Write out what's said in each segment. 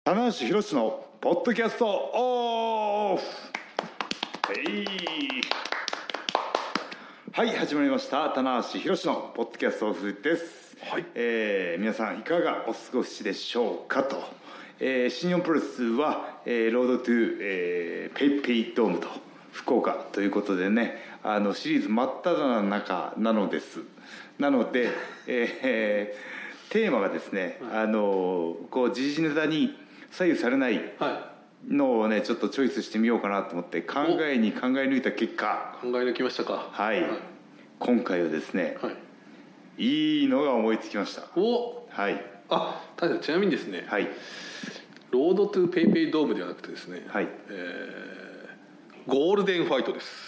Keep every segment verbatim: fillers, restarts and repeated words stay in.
棚橋宏のポッドキャストオフ。はい、始まりました棚橋宏のポッドキャストオフです、 はい。 えー、皆さんいかがお過ごしでしょうかと、えー、新日本プロレスは、えー、ロードトゥ、えー、ペイペイドームと福岡ということでね、あのシリーズ真っ只中なのですなので、えー、テーマがですね、はい、あのこう時事ネタに左右されないのをねちょっとチョイスしてみようかなと思って考えに考え抜いた結果、 考え抜きましたか。 はい、はい、今回はですね、はい、いいのが思いつきました。 お、 はい。 あ、ただちなみにですね、 はい、 ロードトゥペイペイドームではなくてですね、 はい、 えー、ゴールデンファイトです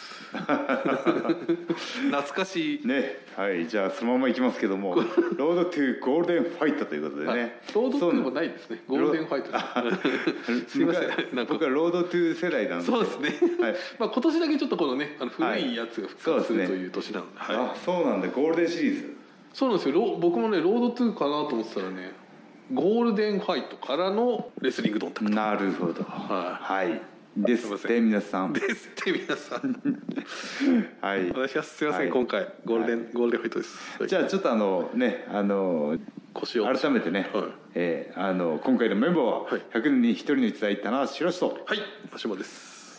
懐かしいね。はい、じゃあそのままいきますけどもロードトゥゴールデンファイトということでね、はい、 ロードトゥもないですね、ゴールデンファイトですすいません、なんか僕はロードトゥ世代なんで。 そうですね、はい、まあ今年だけちょっとこのねあの古いやつが復活する、はい、という年なので、はい、 あ、そうなんだ、ゴールデンシリーズ。そうなんですよ。僕もねロードトゥかなと思ってたらね、ゴールデンファイトからのレスリングドンタクト。 なるほど、はい、はい、ですって皆さん。 ですって皆さんはい、 お願いします。すいません、はい、今回ゴールデン、はい、ゴールデンファイトです、はい、 じゃあちょっとあのねあの腰を改めてね、はい、えー、あの今回のメンバーはひゃくねんにひとりの逸材棚橋宏と、 はい、真島です。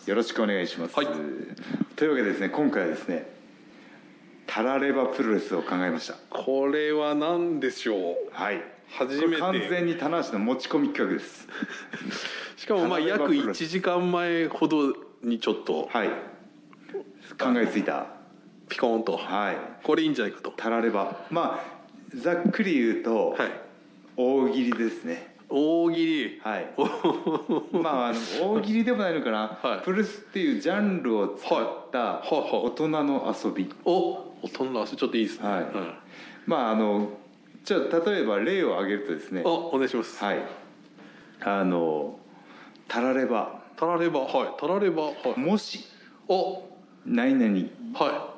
よろしくお願いします、 はい、 というわけでですね、今回はですねタラレバプロレスを考えました。 これは何でしょう。はい、初めて。 完全に棚橋の持ち込み企画ですしかもまあ約いちじかんまえほどにちょっと、 はい、考えついたピコーンと、はい、これいいんじゃないかと。 タラレバ、まあざっくり言うと、はい、大喜利ですね。 大喜利、はいまああの大喜利でもないのかな、はい、プロレスっていうジャンルを使った大人の遊び、 お、大人の遊びちょっといいですね、はい、はい、 まああのじゃあ例えば例を挙げるとですね、 お、お願いします。 はい、あのタラレバタラレバ、はい、タラレバ、はい、 もしお何々、 はい、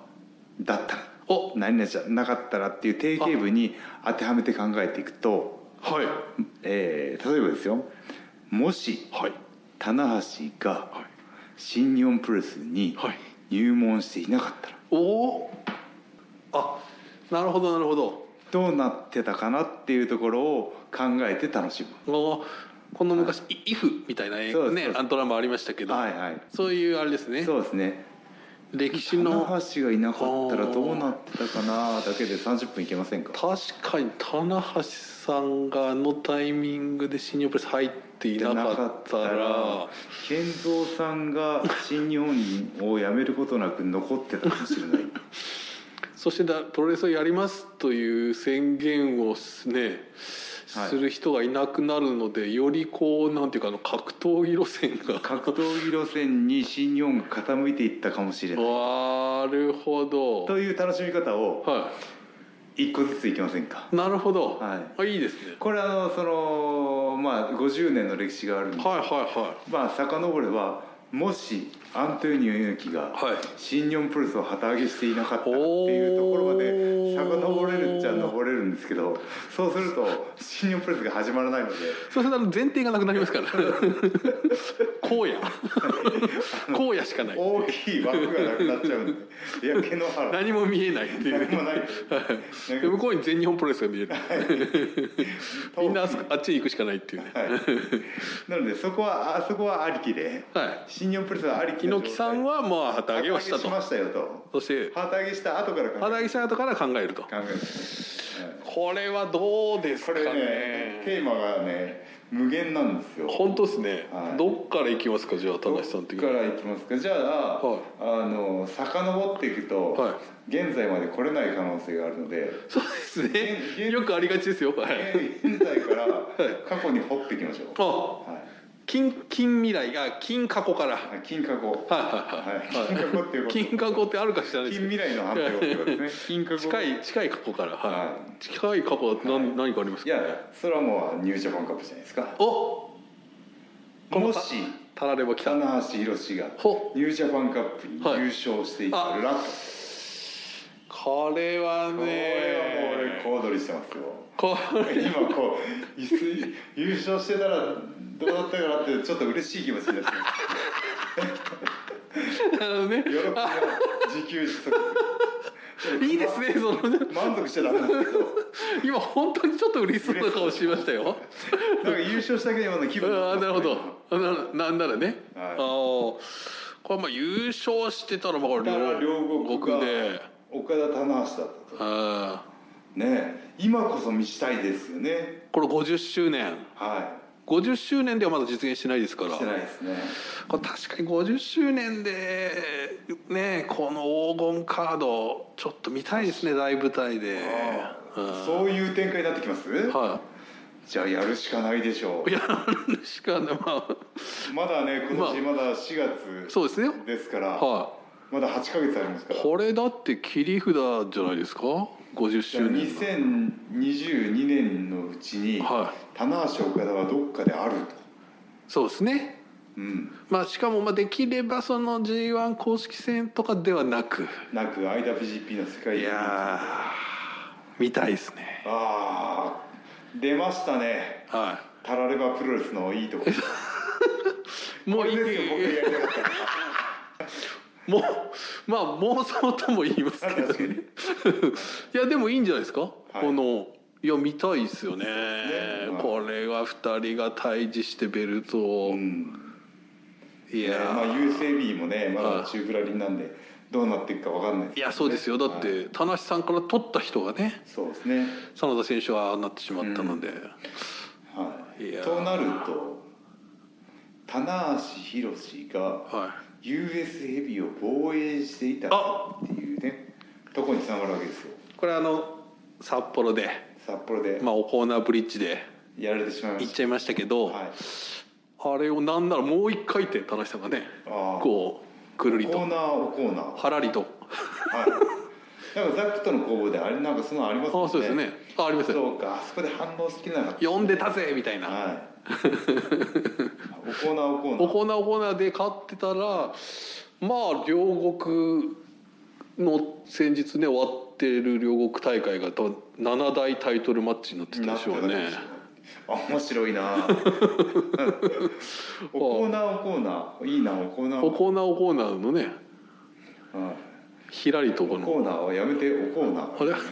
だったら、お、何々じゃなかったらっていう定型文に当てはめて考えていくと、はい、えー、例えばですよ、もし、はい、棚橋が新日本プロレスに入門していなかったら、 おお、あ、なるほどなるほど、 どうなってたかなっていうところを考えて楽しむ。 お、この昔、はい、イフみたいなねアントラもありましたけど、はいはい、そういうあれですね。 そうですね、 歴史の棚橋がいなかったらどうなってたかなだけでさんじゅっぷんいけませんか。 確かに棚橋さんがあのタイミングで新日本プロレス入っていなかったら健三さんが新日本を辞めることなく残ってたかもしれないそしてだプロレスをやりますという宣言をねする人がいなくなるので、よりこうなんていうかあの格闘技路線が格闘技路線に新日本が傾いていったかもしれない。 なるほど。 という楽しみ方を一個ずついきませんか。 なるほど、はい、あ、いいですね。 これあのそのまあごじゅうねんの歴史があるんで、 はいはいはい、 まあ遡ればもしアントニオ猪木が新日本プロレスを旗揚げしていなかったっていうところまで遡れるっちゃ登れるんですけど、そうすると新日本プロレスが始まらないので、 そうすると前提がなくなりますから荒野荒野しかない、 大きい枠がなくなっちゃうんで、いや毛の原何も見えないっていう、 何もないで向こうに全日本プロレスが見える、はい、みんな あ, あっちへ行くしかないっていうね、はい、 なのでそこはあそこはありきで、はい、新日本プロレスはありき猪木さんはまあ旗揚げをしたと、 旗揚げしましたよと、 そして旗揚げした後から考える、 旗揚げした後から考えると考える、はい、 これはどうですかね。 これねテーマがね無限なんですよ。 本当ですね、はい、どっから行きますか。じゃあ田無さん的にどっから行きますか。じゃあ、はい、あの遡っていくと、はい、現在まで来れない可能性があるので、 そうですね、よくありがちですよ、はい、 現在から過去に掘っていきましょう。あ、はい、 近近未来が近過去から、 近過去、はいはいはい、 近過去っていうこと、 近過去ってあるか知らないです近未来の判定をってことですね。近過去、 近い近い過去から、はいはい、近い過去は何、はい、何かありますか。 いやそれはもうニュージャパンカップじゃないですか。 お、 もしタラレバ来た棚橋宏がニュージャパンカップに優勝していたら、はい、 これはね、 これはもう俺小躍りしてますよ。これ今こう優勝してたらどうだったかなってちょっと嬉しい気持ちになってますあのね、 喜びの自給自足いいですね、その満足しちゃダメなんですけど今本当にちょっと嬉しそうな顔しましたよ。 なんか優勝したような気分ああ、なるほど。ななんならね、 はい、 ああこれまあ優勝してたらまあだから両国がで岡田棚橋だったと。 あね、今こそ見したいですよね。 これごじゅっしゅうねん、 はい、 ごじゅっしゅうねんではまだ実現してないですから。 してないですね。 これ確かにごじゅっしゅうねんでね、この黄金カードちょっと見たいですね、大舞台で。 うん、そういう展開になってきます。 はい、 じゃあやるしかないでしょう。 やるしかない、まあ、 まだね今年まだしがつそうですねですから、 はい、 まだはちかげつありますから。 これだって切り札じゃないですか、ごじゅっしゅうねん。 にせんにじゅうにねんのうちに、はい、棚橋岡田はどっかであると。 そうですね、うん、まあしかもまあできればその ジーワン 公式戦とかではなくなく アイダブリュージーピー の世界。 いや見たいですね。 ああ出ましたね、はい、タラレバプロレスのいいところもういいですよ、僕がやりたかったもうまあ妄想とも言いますけどねいやでもいいんじゃないですか、はい、このいや見たいですよね、ね、これがふたりが対峙してベルトを、うん、 いや、ね、まあ ユーエスエービー もねまだ中ぶらりんなんでどうなっていくか分かんないです、ね、 いやそうですよ、だって、はい、田無さんから取った人がね、 そうですね、 真田選手はなってしまったので、うん、 はい、いやとなると棚橋宏が、はい、ユーエス ヘビーを防衛していたっていうねとこにつながるわけですよ。 これあの札幌で札幌でまあおコーナーブリッジでやられてしまいました。 行っちゃいましたけど、はい、あれをなんならもう一回転田無さんがねこうくるりとコーナーをコーナーはらりとはいなんかザックとの攻防であれなんかそのありますもんね。 あそうですね、あありますよ。 そうか、あそこで反応しきれなかった、 呼んでたぜみたいな、はいおコーナーおコーナーおコーナーおコーナーで勝ってたらまあ両国の先日ね終わってる両国大会が多分なな大タイトルマッチになってたでしょうね。 面白いなおコーナーおコーナーいいな、おコーナーおコーナーおコーナーのね、はい、ひらりとこのおコーナーはやめておコーナーあれ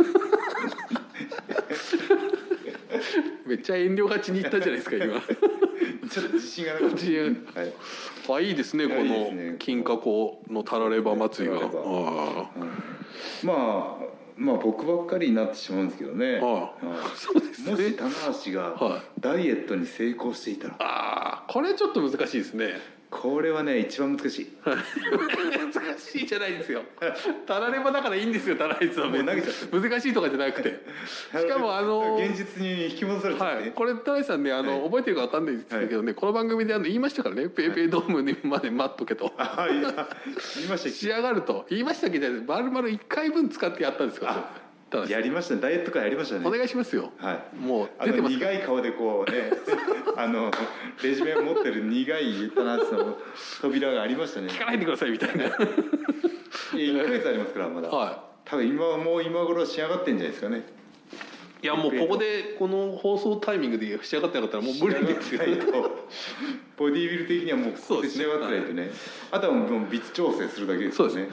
めっちゃ遠慮がちに言ったじゃないですか今ちょっと自信がなかった自信、はい、 あいいですね、この金華湖のタラレバ祭りが、あ、うん、 まあまあ僕ばっかりになってしまうんですけどね、ああそうですね、もし棚橋がダイエットに成功していたら、 ああこれちょっと難しいですね。 これはね一番難しい難しいじゃないですよタラレバだからいいんですよ、タラレバは難しいとかじゃなくてしかもあの現実に引き戻されて、ね、はい、 これタラさんねあの、はい、覚えてるか分かんないですけどね、はい、この番組であの言いましたからね、ペイペイドームにまで待っとけと、はい、言いました仕上がると言いましたけど丸々いっかいぶん使ってやったんですからやりましたね、ダイエット会やりましたね。 お願いしますよ、はい、もう出てますから。苦い顔でこうねあのレジュメを持ってる苦い棚橋の扉がありましたね。 聞かないでくださいみたいな。いやいっかげつありますからまだ、はい、多分今もう今頃仕上がってんじゃないですかね。 いやもうここでこの放送タイミングで仕上がってなかったらもう無理ですよ。 ボディービル的にはもうここで仕上がってないとね、あとはもう微調整するだけですよね。そうです、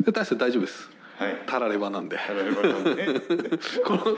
はい、大して大丈夫です、はい、タラレバなんで、タラレバなんで、ね、この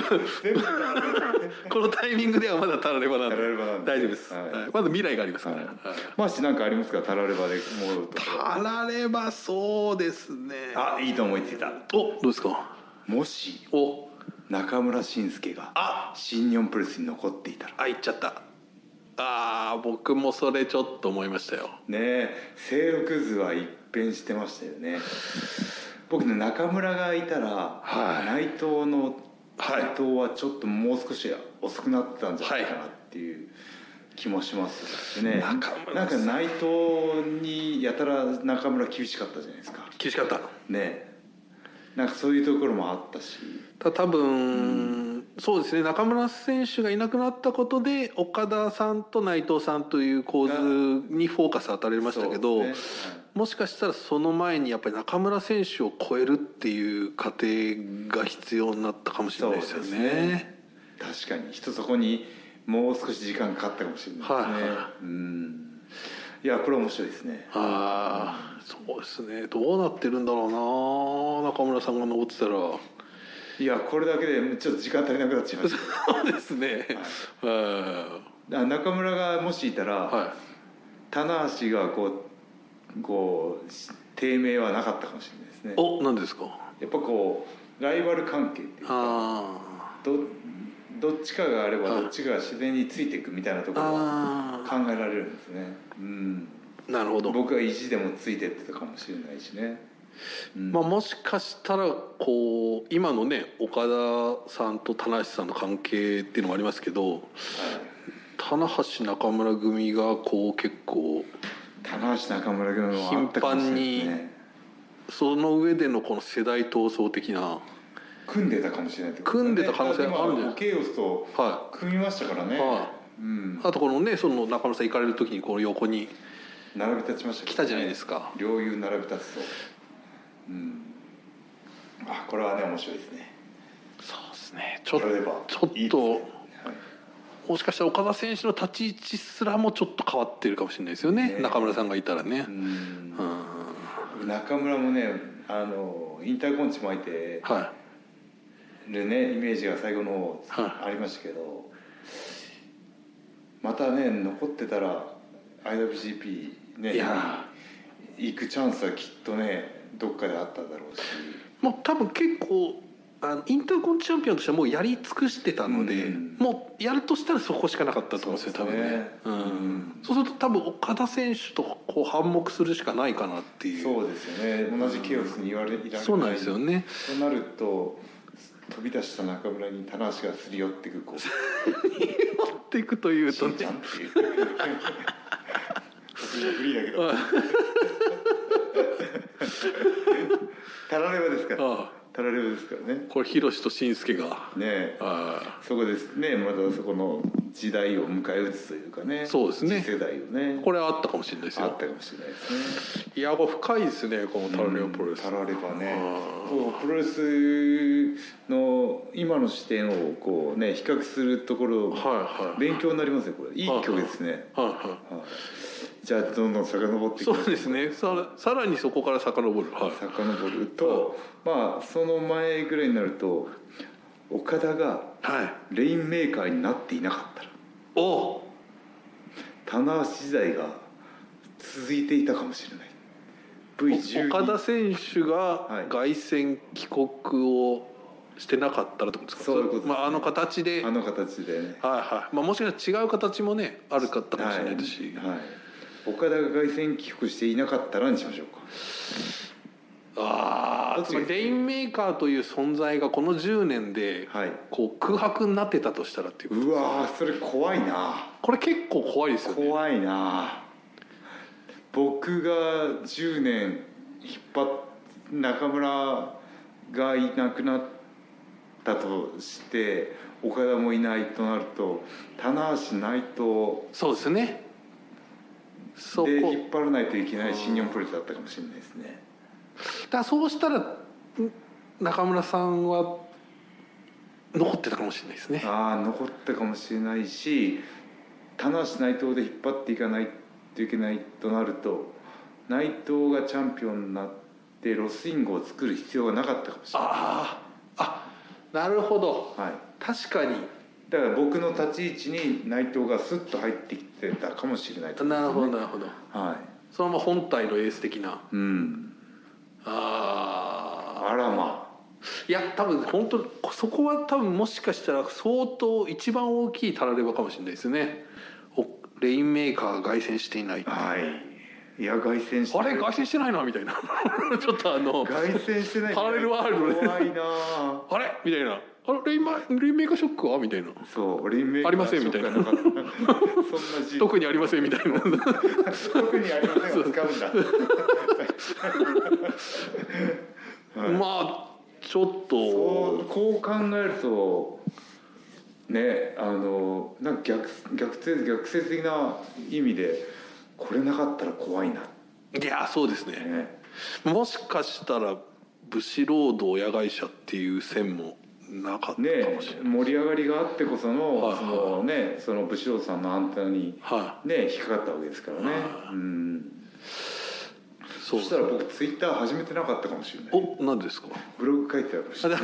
このタイミングではまだタラレバなんで大丈夫です、はい、まだ未来がありますから、はいはい、 マシなんかありますか、タラレバでもうタラレバ。そうですね、 あいいと思いついた。 おどうですか。 もしお中村慎介が新日本プロレスに残っていたら。 あ言っちゃった。あ僕もそれちょっと思いましたよねえ、勢力図は一変してましたよね。僕ね中村がいたら、はい、内藤の内藤はちょっともう少し遅くなってたんじゃないかなっていう気もしますね、はい、なんか内藤にやたら中村厳しかったじゃないですか。 厳しかったね、なんかそういうところもあったし、 た多分、うん、そうですね、中村選手がいなくなったことで岡田さんと内藤さんという構図にフォーカス当たりましたけど、ね、はい、もしかしたらその前にやっぱり中村選手を超えるっていう過程が必要になったかもしれないですよね。 確かに一つそこにもう少し時間かかったかもしれないですね、はいはい、うんいやこれ面白いですね。 ああ、そうですね。どうなってるんだろうな、中村さんが登ってたら。 いやこれだけでちょっと時間足りなくなっちゃいました。 そうですね、 はい、中村がもしいたら、はい、棚橋がこうこう低迷はなかったかもしれないですね。 お、何ですか。 やっぱこうライバル関係っていうか、あどどっちかがあればどっちかが自然についていくみたいなところは考えられるんですね。うん、なるほど。僕は意地でもついてってたかもしれないしね。 うん、まあ、もしかしたらこう今のね岡田さんと棚橋さんの関係っていうのもありますけど、はい、棚橋中村組がこう結構棚橋中村組はあったかもしれないですね。頻繁にその上でのこの世代闘争的な組んでたかもしれないってことですね。組んでた可能性あるんじゃないですか。 ケイオスと組みましたからね、はい、うん、 あとこのねその中村さん行かれる時にこの横に並び立ちました、ね、 来たじゃないですか。 両雄並び立つと、うん、あこれはね面白いですね。 そうですね。ちょっとちょっといい、ね、はい、もしかしたら岡田選手の立ち位置すらもちょっと変わってるかもしれないですよね、ね、中村さんがいたらね。うん、 うん、中村もねあのインターコンチも空いて、はい、でねイメージが最後の方ありましたけど、はい、またね残ってたら アイダブリュージーピー ねいや行くチャンスはきっとねどっかであっただろうし、 もう多分結構あのインターコンチチャンピオンとしてはもうやり尽くしてたので、うん、もうやるとしたらそこしかなかったと思うんですよ、多分ね、うんうん、そうすると多分岡田選手とこう反目するしかないかなっていう。 そうですよね。同じケオスに言われいられない。 そうなんですよね。 となると飛び出した中村に棚橋がすり寄っていくこうすり寄っていくというとね、 しんちゃんっていう僕のフリーだけどタラレバですから、ああタラレバですからね。 これヒロシとシンスケがね、あそこですね。まだそこの時代を迎え撃つというかね。 そうですね。 次世代をね。 これはあったかもしれないですよ。 あったかもしれないですね。 いや、これ深いですね、このタラレバプロレス。 タラレバね。そうプロレスの今の視点をこうね比較するところ、はいはい、勉強になりますね。これいい曲ですね。はいはい。はい、じゃあどんどん遡っていきます。 そうですね。さら、さらにそこから遡る。 はい、遡ると、まあその前ぐらいになると岡田がレインメーカーになっていなかったら、お棚橋時代が続いていたかもしれない。ブイじゅうに岡田選手が凱旋帰国をしてなかったらってことですか。 そういうことですね。 まあ、あの形であの形でね、 はいはい、まあ、もしかしたら違う形もねあるかったかもしれないですし、はいはい、 岡田が凱旋帰国していなかったらにしましょうか。 ああ、つまりレインメーカーという存在がこのじゅうねんでこう空白になってたとしたらっていうことです、 うわーそれ怖いな。 これ結構怖いですよね。 怖いな。僕がじゅうねん引っ張っ中村がいなくなったとして岡田もいないとなると棚橋内藤、 そうですね、 そこで引っ張らないといけない新日本プロレスだったかもしれないですね。 だからそうしたら中村さんは残ってたかもしれないですね。 ああ残ったかもしれないし、棚橋内藤で引っ張っていかないといけないとなると内藤がチャンピオンになってロスインゴを作る必要がなかったかもしれない。 ああ、なるほど、はい、確かに。 だから僕の立ち位置に内藤がスッと入ってきてたかもしれないと思いますね。 なるほどなるほど、はい、そのまま本体のエース的な、うん、ああらまあ、 いや多分本当そこは多分もしかしたら相当一番大きいタラレバかもしれないですね。レインメーカーが凱旋していないっていう、はい、いや凱旋してない、あれ凱旋してないなみたいなちょっとあの凱旋してないパラレルワールドで怖いなあれみたいな、あれレインマレインメーカーショックはみたいな、 そうレインメーカーありませんみたいなそんな特にありませんみたいな特にありませんを使うんだはい、まあちょっとそうこう考えるとね、あのなんか逆逆説逆説的な意味でこれなかったら怖いな。 いやそうですね、ね、もしかしたら武士労働親会社っていう線もなかったかもしねれない、 盛り上がりがあってこその、 はいはいそのねその武士道さんのアンテナに、 はね引っかかったわけですからね、 はいうんそそしたら僕ツイッター始めてなかったかもしれない。 お、何ですか。 ブログ書いてたかもしれない。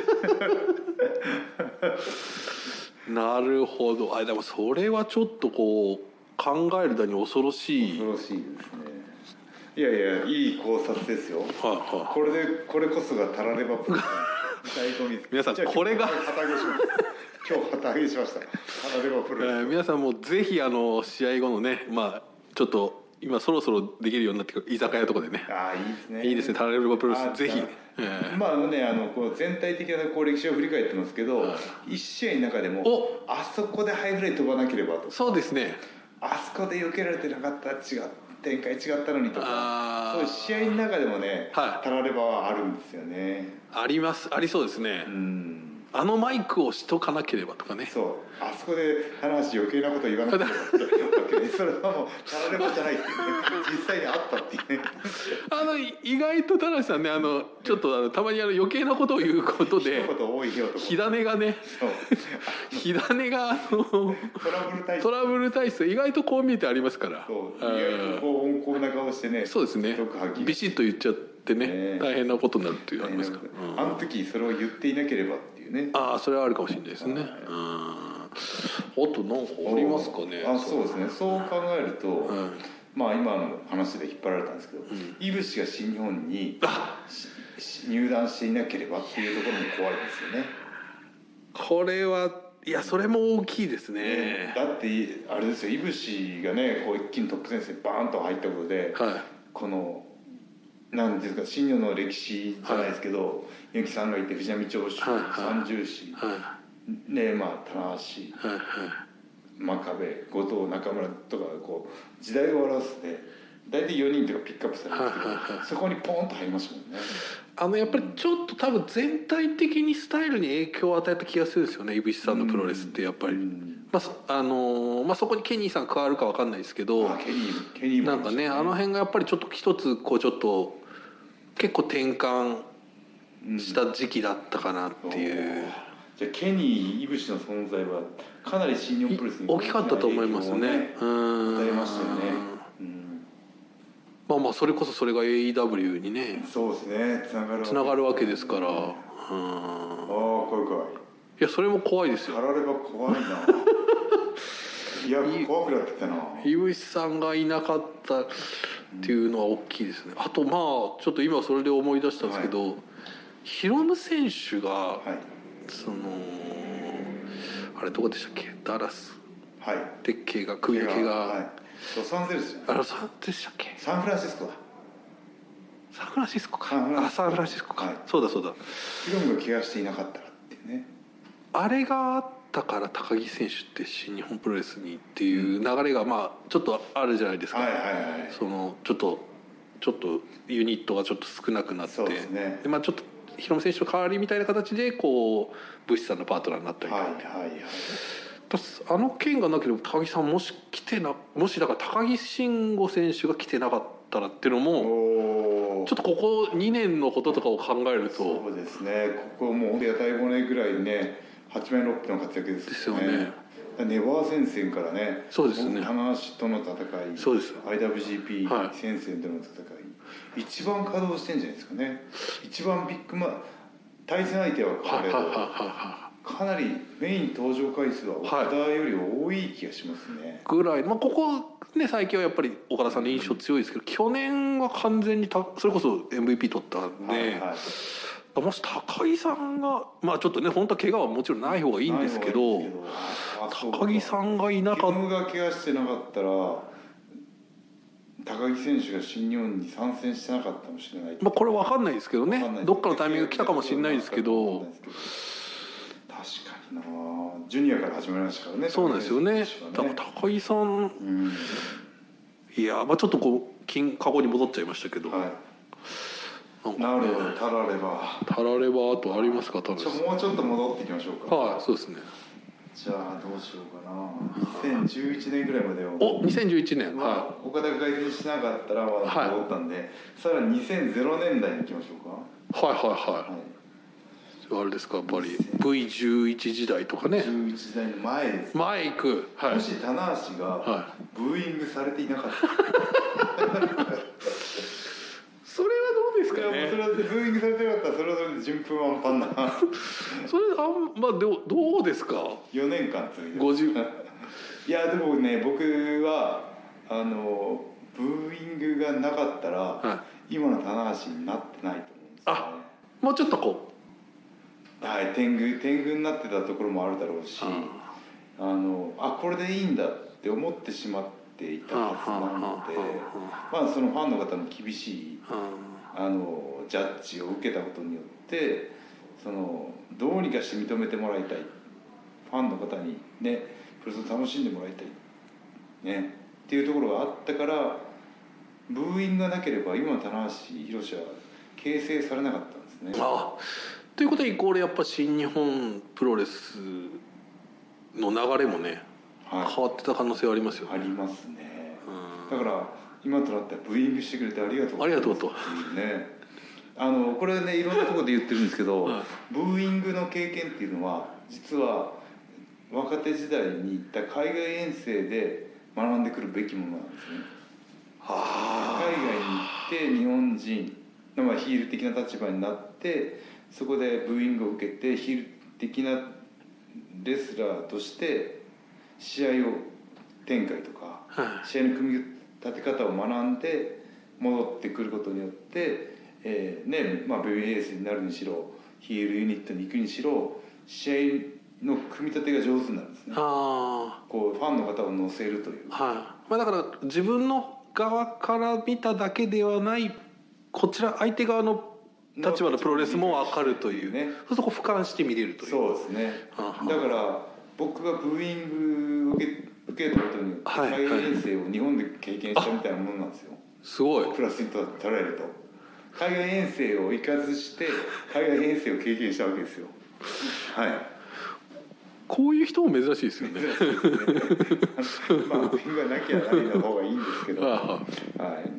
なるほど。あ、でもそれはちょっとこう考えるだに恐ろしい。 恐ろしいですね。いやいやいい考察ですよ。 はいはい。 これでこれこそがタラレバプロの醍醐味です。 皆さんじゃあこれが今日旗揚げします。今日旗揚げしました。タラレバプロえー皆さんもぜひあの試合後のね、まあちょっと今そろそろできるようになってくる居酒屋とかでね。 ああいいですね。 いいですね。タラレバプロレあスぜひ。えーまあねあのこう全体的なこう歴史を振り返ってますけど、一試合の中でもおあそこでハイフライ飛ばなければとか、 そうですね。 あそこで避けられてなかったら違う展開違ったのにとか、 あーそういう試合の中でもね、 はいタラレバはあるんですよね。 ありますありそうですね。 うんあのマイクをしとかなければとかね。 そうあそこで話余計なこと言わなければってわけでそれはもうタラレバじゃないっていうね実際にあったっていうねあの意外と田無さんね、あのちょっとあのたまにあの余計なことを言うことで一言多いよとか火種がねそう火種があのトラブル対トラブル体質意外とこう見えてありますから。 そううん意外とこう温厚な顔してねそうですね毒吐きビシッと言っちゃってねね大変なことになるっていうのありますから、うんあの時それを言っていなければっていうねああそれはあるかもしれないですね。うんあと何かありますかね。 あそうですねそう考えると、 はいまあ今の話で引っ張られたんですけど、いぶしが新日本にしし入団していなければっていうところも怖いですよね。 これはいやそれも大きいですね。 だってあれですよいぶしがねこう一気にトップ戦線バーンと入ったことで、 はいこのなんていうんですか新日本の歴史じゃないですけど、結城さんがいて藤波長州、 はいはい三重士、 はねまあ棚橋いはいはい真壁後藤中村とかこう時代を表すね大体よにんとかピックアップされるんですけど、 はいはいはいそこにポンと入りましたもんね。 あのやっぱりちょっと多分全体的にスタイルに影響を与えた気がするんですよね、いぶしさんのプロレスってやっぱり、まあそあのーまあ、そこにケニーさん加わるか分かんないですけど、 あケニーケニーもなんかねあの辺がやっぱりちょっと一つこうちょっと結構転換した時期だったかなっていう、 じゃあケニーいぶしの存在はかなり新日本プロレスに大きかったと思いますね。う与えんましたよね。うんまあまあそれこそそれが エーイーダブリュー にねそうですねつながるつながるわけですから、うんああ怖い怖いいやそれも怖いですよ。 たられば怖いないや怖くなってきたないぶしさんがいなかったっていうのは大きいですね。あとまあちょっと今それで思い出したんですけど、ヒロム選手が、 はいそのあれどこでしたっけ、ダラスはいで怪我首の怪我、 はいロサンゼルスじゃないあれサンでしたっけ、 サンフランシスコだサンフランシスコか、 サンフランシスコあサンフランシスコか、 はいそうだそうだ、 ヒロムが怪我していなかったらっていうねあれがあったから高木選手って新日本プロレスにっていう流れがまあちょっとあるじゃないですか、 はいはいはいそのちょっとちょっとユニットがちょっと少なくなって、 そうですねでまあちょっとヒロム選手の代わりみたいな形でこうブッシュさんのパートナーになったりとか、 はいはいはいあの件がなければ高木さんもし来てなもしだから高木慎吾選手が来てなかったらっていうのもおちょっとここにねんのこととかを考えるとそうですねここもう屋台骨ぐらいねはちめんろっぴの活躍ですよね。 ですよねネバー戦線からねそうですね棚橋との戦いそうですアイダブリュージーピーはい戦線での戦い、一番稼働してんじゃないですかね。一番ビッグマ対戦相手ははいはいはい彼どはかなりメイン登場回数は岡田より多い気がしますね。 いぐらい、まあ、ここね最近はやっぱり岡田さんの印象強いですけど、去年は完全にたそれこそ エムブイピー 取ったんで、 はいはいもし高木さんがまあちょっとね本当は怪我はもちろんない方がいいんですけど、高木さんがいなかったヒロムが怪我してなかったら高木選手が新日本に参戦してなかったかもしれない。 まあこれ分かんないですけどねわかんないですどっかのタイミングが来たかもしれないですけど、 確かになジュニアから始まりましたからね。 そうなんですよね。だから高木選手はね高木さん、 うんいやまあちょっとこう金過去に戻っちゃいましたけど、 はいなんかなるほど、たられば。 たらればあとありますか、田ちょ辺さもうちょっと戻っていきましょうか。 ん。はい、そうですね。 じゃあどうしようかな。にせんじゅういちねんぐらいまでを。 お、にせんじゅういちねん、 まあは岡田が改善しなかったらまだ戻ったんで、さらににせんねんだいに行きましょうか。 い、はいはいははい。 あれですかやっぱり ブイじゅういち 時代とかねじゅういち時代の前です。 前行く、はい、 もし棚橋がブーイングされていなかった、 はい、それはどうですかね。 いやもうそれはブーイングされてなかったらそれはそれで順風満帆なそれあんまあどうどうですか。 よねんかん続いてごじゅういやでもね僕はあのブーイングがなかったら、はい、今の棚橋になってないと思うんですよね。 あもうちょっとこうはい天狗天狗になってたところもあるだろうし、あのあこれでいいんだって思ってしまっていたはずなので、まあそのファンの方の厳しいあのジャッジを受けたことによってそのどうにかして認めてもらいたい、ファンの方にねプロレスを楽しんでもらいたいねっていうところがあったから、ブーイングがなければ今の棚橋宏は形成されなかったんですね。 ああということでイコールやっぱ新日本プロレスの流れもね、はい、変わってた可能性はありますよね。 ありますね。だから今となってはブーイングしてくれてありがとうありがとうとね。あのこれねいろんなところで言ってるんですけど、はい、ブーイングの経験っていうのは実は若手時代に行った海外遠征で学んでくるべきものなんですね。は海外に行って日本人、まあ、ヒール的な立場になってそこでブーイングを受けてヒール的なレスラーとして試合を展開とか、はい、試合の組み立て方を学んで戻ってくることによって、えーねまあ、ベビーフェイスになるにしろヒールユニットに行くにしろ試合の組み立てが上手になるんですね。あこうファンの方を乗せるという、 はいまあ、だから自分の側から見ただけではないこちら相手側の立場のプロレスも分かるという、ね、そうすると俯瞰して見れるという。 そうですね。だから僕がブーイングを受け、受けたことによって海外遠征を日本で経験したみたいなものなんですよ。 すごい。 プラスに捉えると海外遠征を行かずして海外遠征を経験したわけですよ。はい。 こういう人も珍しいですよね。 まあブーイングがなきゃないの方がいいんですけど、はい、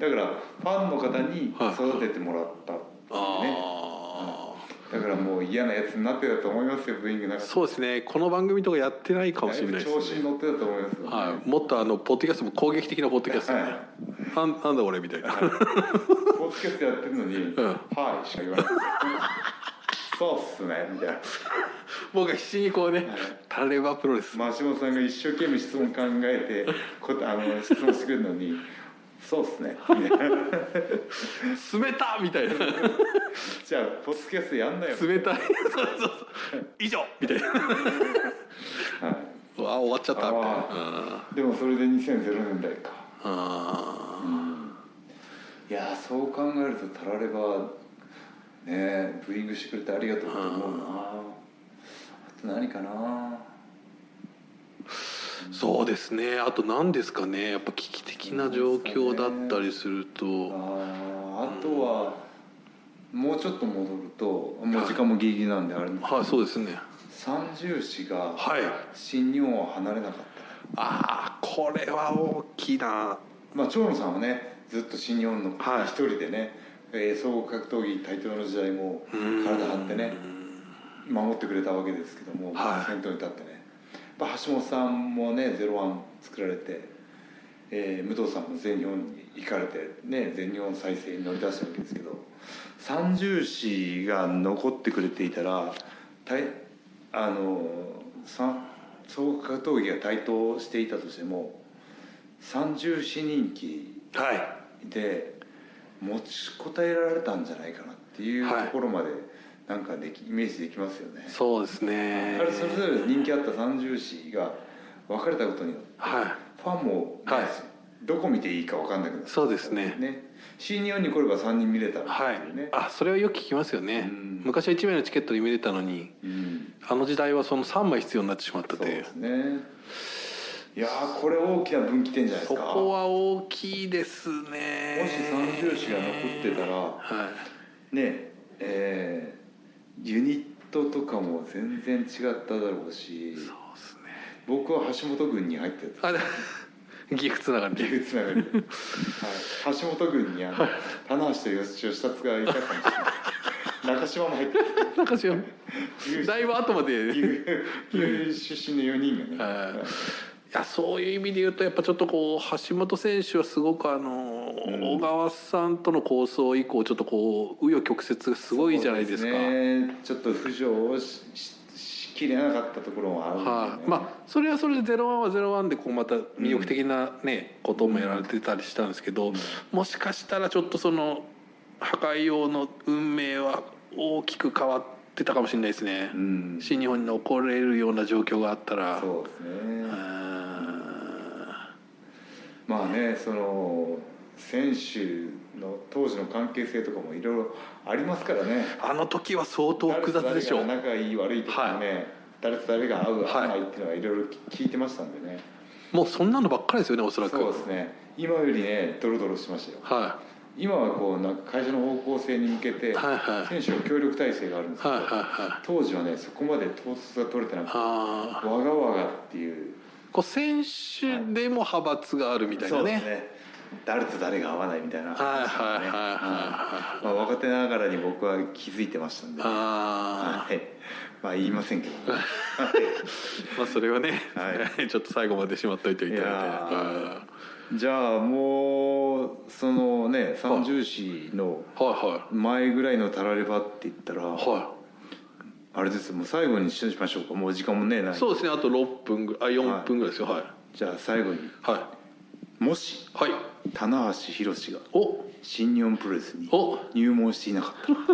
だからファンの方に育ててもらったっていうね。だからもう嫌なやつになってたと思いますよ、ブーイングなかった。 そうですね。この番組とかやってないかもしれないですね。 調子に乗ってたと思いますよ、ね。 はい。もっとあのポッドキャストも攻撃的なポッドキャストね。はい、な, なんだ俺みたいな。はい、ポッドキャストやってるのに、うん、はいしか言わない。そうっすねみたいな。 僕が必死にこうね、はい、タレバプロレス。 マシモさんが一生懸命質問考えてこあの質問してくるのに。そうっすねみたいな冷たみたいなじゃあポッドキャストやんなよ冷たいそうそうそう以上みたいな、はい、うわ終わっちゃったみたいな。 でもそれでにせんねんだいか。あ、うん、いやそう考えるとタラレバねブーイングしてくれてありがとうと思うな。あと何かな。 そうですね。あと何ですかね。やっぱ危機的な状況だったりすると、ね、 あ, あとは、うん、もうちょっと戻るともう時間もギリギリなんであれなんですけど、 はい、そうですね。 三重士が新日本を離れなかった、はい、 ああこれは大きな。 まあ長野さんはねずっと新日本の一人でね、はいえー、総合格闘技台頭の時代も体張ってね守ってくれたわけですけども、はい、先頭に立ってね橋本さんもねゼロワン作られて、えー、武藤さんも全日本に行かれて、ね、全日本再生に乗り出したわけですけど三重士が残ってくれていたらあの総合格闘技が台頭していたとしても三重士人気で持ちこたえられたんじゃないかなっていうところまで、はいなんかできイメージできますよね。 そうですね。 あれそれぞれ人気あった三重士が分かれたことによって、はい、ファンも、ねはい、どこ見ていいか分かんなくなった。 そうですね。 ね新日本に来ればさんにん見れたっていうね、 はい、あそれはよく聞きますよね、うん、昔はいちまいのチケットで見れたのに、うん、あの時代はそのさんまい必要になってしまったという。そうですね。 いやこれ大きな分岐点じゃないですか。 そこは大きいですね。 もし三重士が残ってたら、はい、ねえーユニットとかも全然違っただろうし、そうですね。僕は橋本軍に入ってた。あ岐阜つながり岐阜つながり、はい、橋本軍にあの棚橋と吉達がいたかもしれない中島も入ってる中島だいぶ後まで岐阜出身のよにんがねいやそういう意味で言うとやっぱちょっとこう橋本選手はすごくあの、うん、小川さんとの構想以降ちょっとこう紆余曲折がすごいじゃないですか。そうですね、 ちょっと浮上ししきれなかったところもあるんで、ね、 はあ、まあそれはそれでゼロワンはゼロワンでこうまた魅力的なね、うん、こともやられてたりしたんですけど、うん、もしかしたらちょっとその破壊王の運命は大きく変わってたかもしれないですね、うん、新日本に残れるような状況があったら。 そうですね、まあね、その選手の当時の関係性とかもいろいろありますからね。 あの時は相当複雑でしょう。 誰と誰が仲いい悪いとかね、はい、誰と誰が合う合わないっていうのはいろいろ聞いてましたんでね。 もうそんなのばっかりですよね、おそらく。 そうですね、今よりねドロドロしましたよ、はい、今はこうなんか会社の方向性に向けて選手の協力体制があるんですけど、はいはいはい、当時はねそこまで統率が取れてなくて、わがわがっていうこう選手でも派閥があるみたいなね、はい、そうですね、 誰と誰が合わないみたいな、ね、はいはいはいはい、まあ、若手ながらに僕は気づいてましたんで、あ、はい、まあ言いませんけど、ね、 まあそれはね、はい、ちょっと最後までしまっといていただいて、 じゃあもうそのね三重士の前ぐらいのタラレバって言ったら、はいはい、あれですもう最後にしましょうか、もう時間もねない。 そうですね、あとろっぷんぐらい、あよんぷんぐらいですよ、はい、 じゃあ最後に、はい、もし、はい、棚橋宏が新日本プロレスに入門していなかったら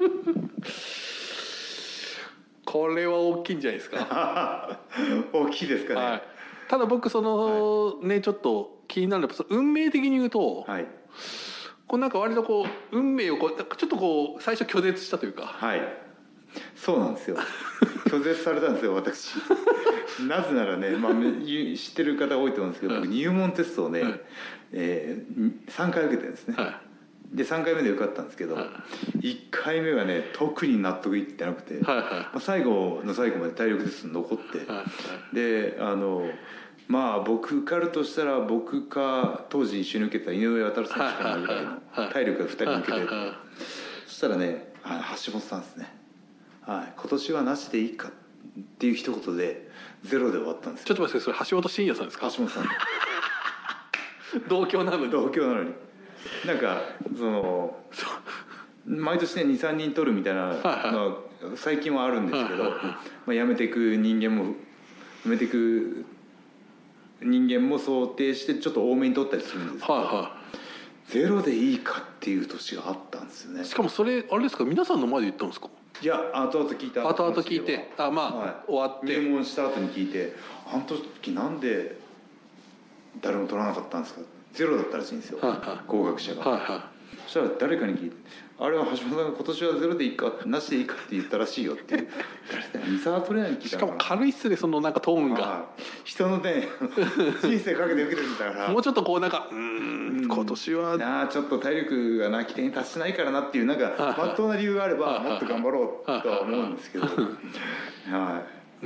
これは大きいんじゃないですか大きいですかね、はい、 ただ僕その、はい、ねちょっと気になるのは運命的に言うと、はい、こうなんか割とこう運命をこうちょっとこう最初拒絶したというか、 はい、そうなんですよ拒絶されたんですよ私なぜならね、まあ、知ってる方多いと思うんですけど、僕入門テストをね、はい、えー、さんかい受けてるんですね、はい、でさんかいめで受かったんですけど、はい、いっかいめはね特に納得いってなくて、はいはい、まあ、最後の最後まで体力テストに残って、はいはい、であのまあ僕受かるとしたら僕か当時一緒に受けた井上航選手かなぐらいの体力がふたり抜けてて、そしたらね橋本さんですね、はい、今年はなしでいいかっていう一言でゼロで終わったんですよ。 ちょっと待って、それ橋本真也さんですか？ 橋本さん同郷なのに同郷なのになんかその毎年ね にさんにん取るみたいなのは最近はあるんですけど、まあ、辞めていく人間も辞めていく人間も想定してちょっと多めに取ったりするんですけど、はいはい、ゼロでいいかっていう年があったんですよね。 しかもそれあれですか、皆さんの前で言ったんですか？ いや後々聞いた後々聞いて、あまあ、はい、終わって入門した後に聞いて、あの時なんで誰も取らなかったんですか、ゼロだったらしいんですよ、はいはい、合格者が、はいはい、そしたら誰かに聞いて、あれは橋本さんが今年はゼロでいいかなしでいいかって言ったらしいよっていう三沢トレーナーに聞いたのかな。 しかも軽いっすね、そのなんかトーンが人のね人生かけて受けてるんだからもうちょっとこうなんかうーん今年はなあちょっと体力がな規定に達しないからなっていうなんかまっとうな理由があればもっと頑張ろうとは思うんですけど、はい、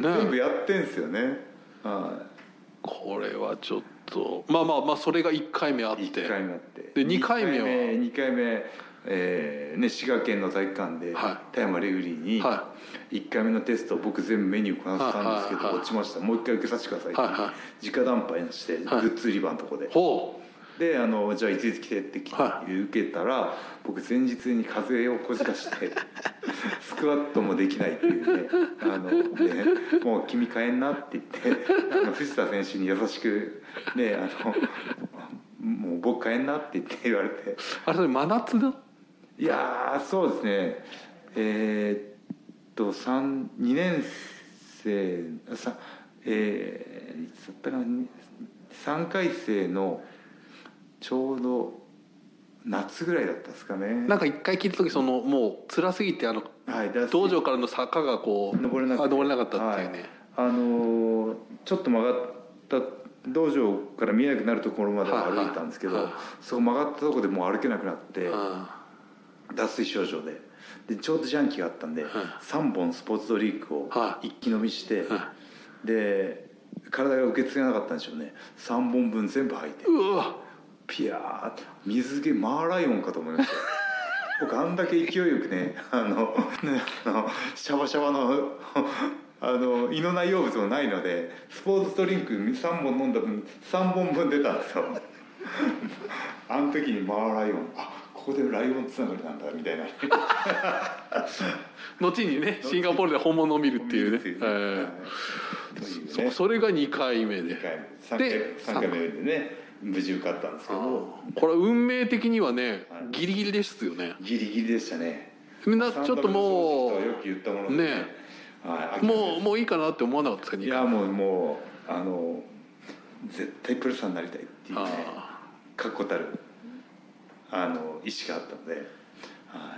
全部やってんすよね、はい、 これはちょっとまあまあまあそれがいっかいめあっていっかいめあってでにかいめはにかいめえーね、滋賀県の体育館で田山レフリーにいっかいめのテストを僕全部メニューこなせたんですけど落ちました、もう一回受けさせてくださいって直談判してグッズ売り場のとこで、であのじゃあいついつ来てって受けたら僕前日に風邪をこじらしてスクワットもできないっていうね、あのねもう君帰んなって言ってあの藤田選手に優しくねあのもう僕帰んなって言って言われて、 あれそれ真夏だ。 いやそうですね、えー、っとにねん生さ、えー、いつだったかな、さんかい生のちょうど夏ぐらいだったですかね。 なんか一回聞いた時そのもう辛すぎてあの、はい、道場からの坂がこう登れなかった登れなかったっていうね、 はい、あのー、ちょっと曲がった道場から見えなくなるところまでは歩いたんですけど、はいはい、そこ曲がったところでもう歩けなくなって、はい、脱水症状 で, でちょうどジャンキーがあったんで、はい、さんぼんスポーツドリンクを一気飲みして、はい、で体が受け付けなかったんでしょうね。さんぼんぶん全部吐いて、うわピヤーッ水毛マーライオンかと思いました僕あんだけ勢いよくねあのねあのシャバシャバのあの胃の内容物もないのでスポーツドリンクさんぼん飲んだ分さんぼんぶん出たんですよあの時にマーライオンあここでライオンつながりなんだみたいな後にねシンガポールで本物を見るっていうね、えーね、そ, それがにかいめでにかいめでさんかいめでね無事受かったんですけどこれ運命的にはね、はい、ギリギリですよねギリギリでしたねみんなちょっともうよく言ったものでね、はい、もうもういいかなって思わなかったですか。 いやもうもうあの絶対プロレスラーになりたいっていうね確固たるあの意志があったので、はい、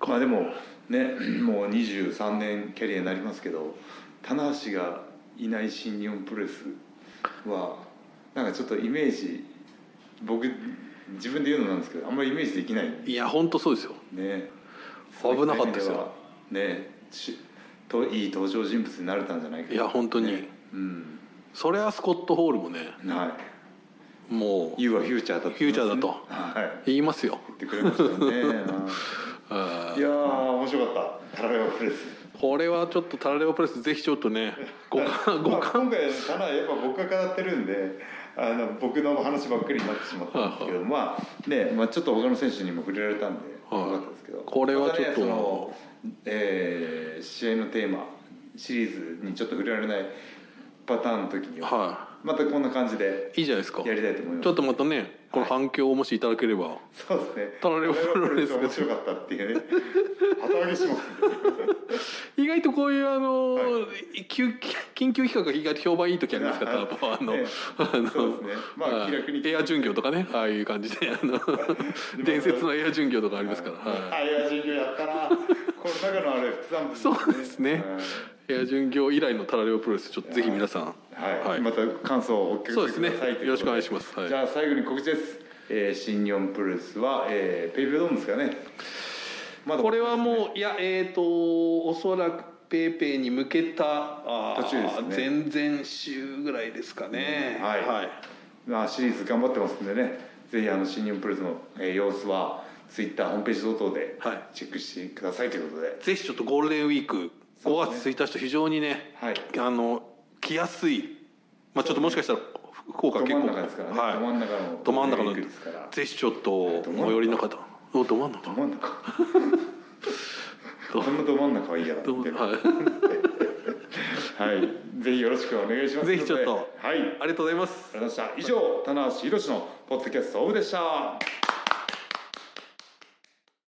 まあでもねもうにじゅうさんねんキャリアになりますけど棚橋がいない新日本プロレスはなんかちょっとイメージ僕自分で言うのなんですけどあんまりイメージできない。 いや本当そうですよね危なかったですよねといい登場人物になれたんじゃないかな、 いや本当に、ねうん、それはスコット・ホールもね、はい、もう You はフューチャーだと、ね、 フューチャーだと、はい、言いますよ言ってくれましたねいやー面白かったタラレバプレスこれはちょっとタラレバプレスぜひちょっとねごまあ、今回ただやっぱ僕が語ってるんであの僕の話ばっかりになってしまったんですけどまあね、まあ、ちょっと他の選手にも触れられたんでよかったですけどこれはちょっと、 またね、そのえー、試合のテーマシリーズにちょっと触れられないパターンの時には、はい、またこんな感じでいいじゃないですかやりたいと思います。 ちょっとまたねこの反響をもしいただければ、はい、 そうですねタラレバプロレス面白かったっていうね旗揚げします意外とこういうあの、はい、緊急企画が意外と評判いい時ありますからあの、ね、あのそうですねまあ気楽にエア巡業とかねああいう感じであの伝説のエア巡業とかありますから、 はい、エア巡業やったなこの中のあれ副産物ですね。 そうですね、エア巡業以来のタラレバプロレスちょっとぜひ皆さん、 はいはい、また感想をお聞かせください。 そうですねよろしくお願いします、はい、 じゃあ最後に告知です、えー、新日本プロレスは、えー、ペイペイドームですかね。 まだこれはもういやえっ、ー、とおそらくペイペイに向けたあ途中ですね前々週ぐらいですかね、うん、はい、はい、 まあ、シリーズ頑張ってますんでねぜひあの新日本プロレスの、えー、様子はツイッターホームページ等々でチェックしてくださいということで、はい、 ぜひちょっとゴールデンウィークごがつついたちと非常にね、はい、あの来やすい、まあ、ちょっともしかしたら福岡結構ど真ん中ですからね、はい、ど真ん中のど真ん中のぜひちょっと最寄りの方おど真ん中ど真ん中こんなど真ん中はいいやなってはい、はい、ぜひよろしくお願いします。 ぜひちょっと、 はい、 ありがとうございます。 ありがとうございました。以上棚橋宏のポッドキャストオフでした。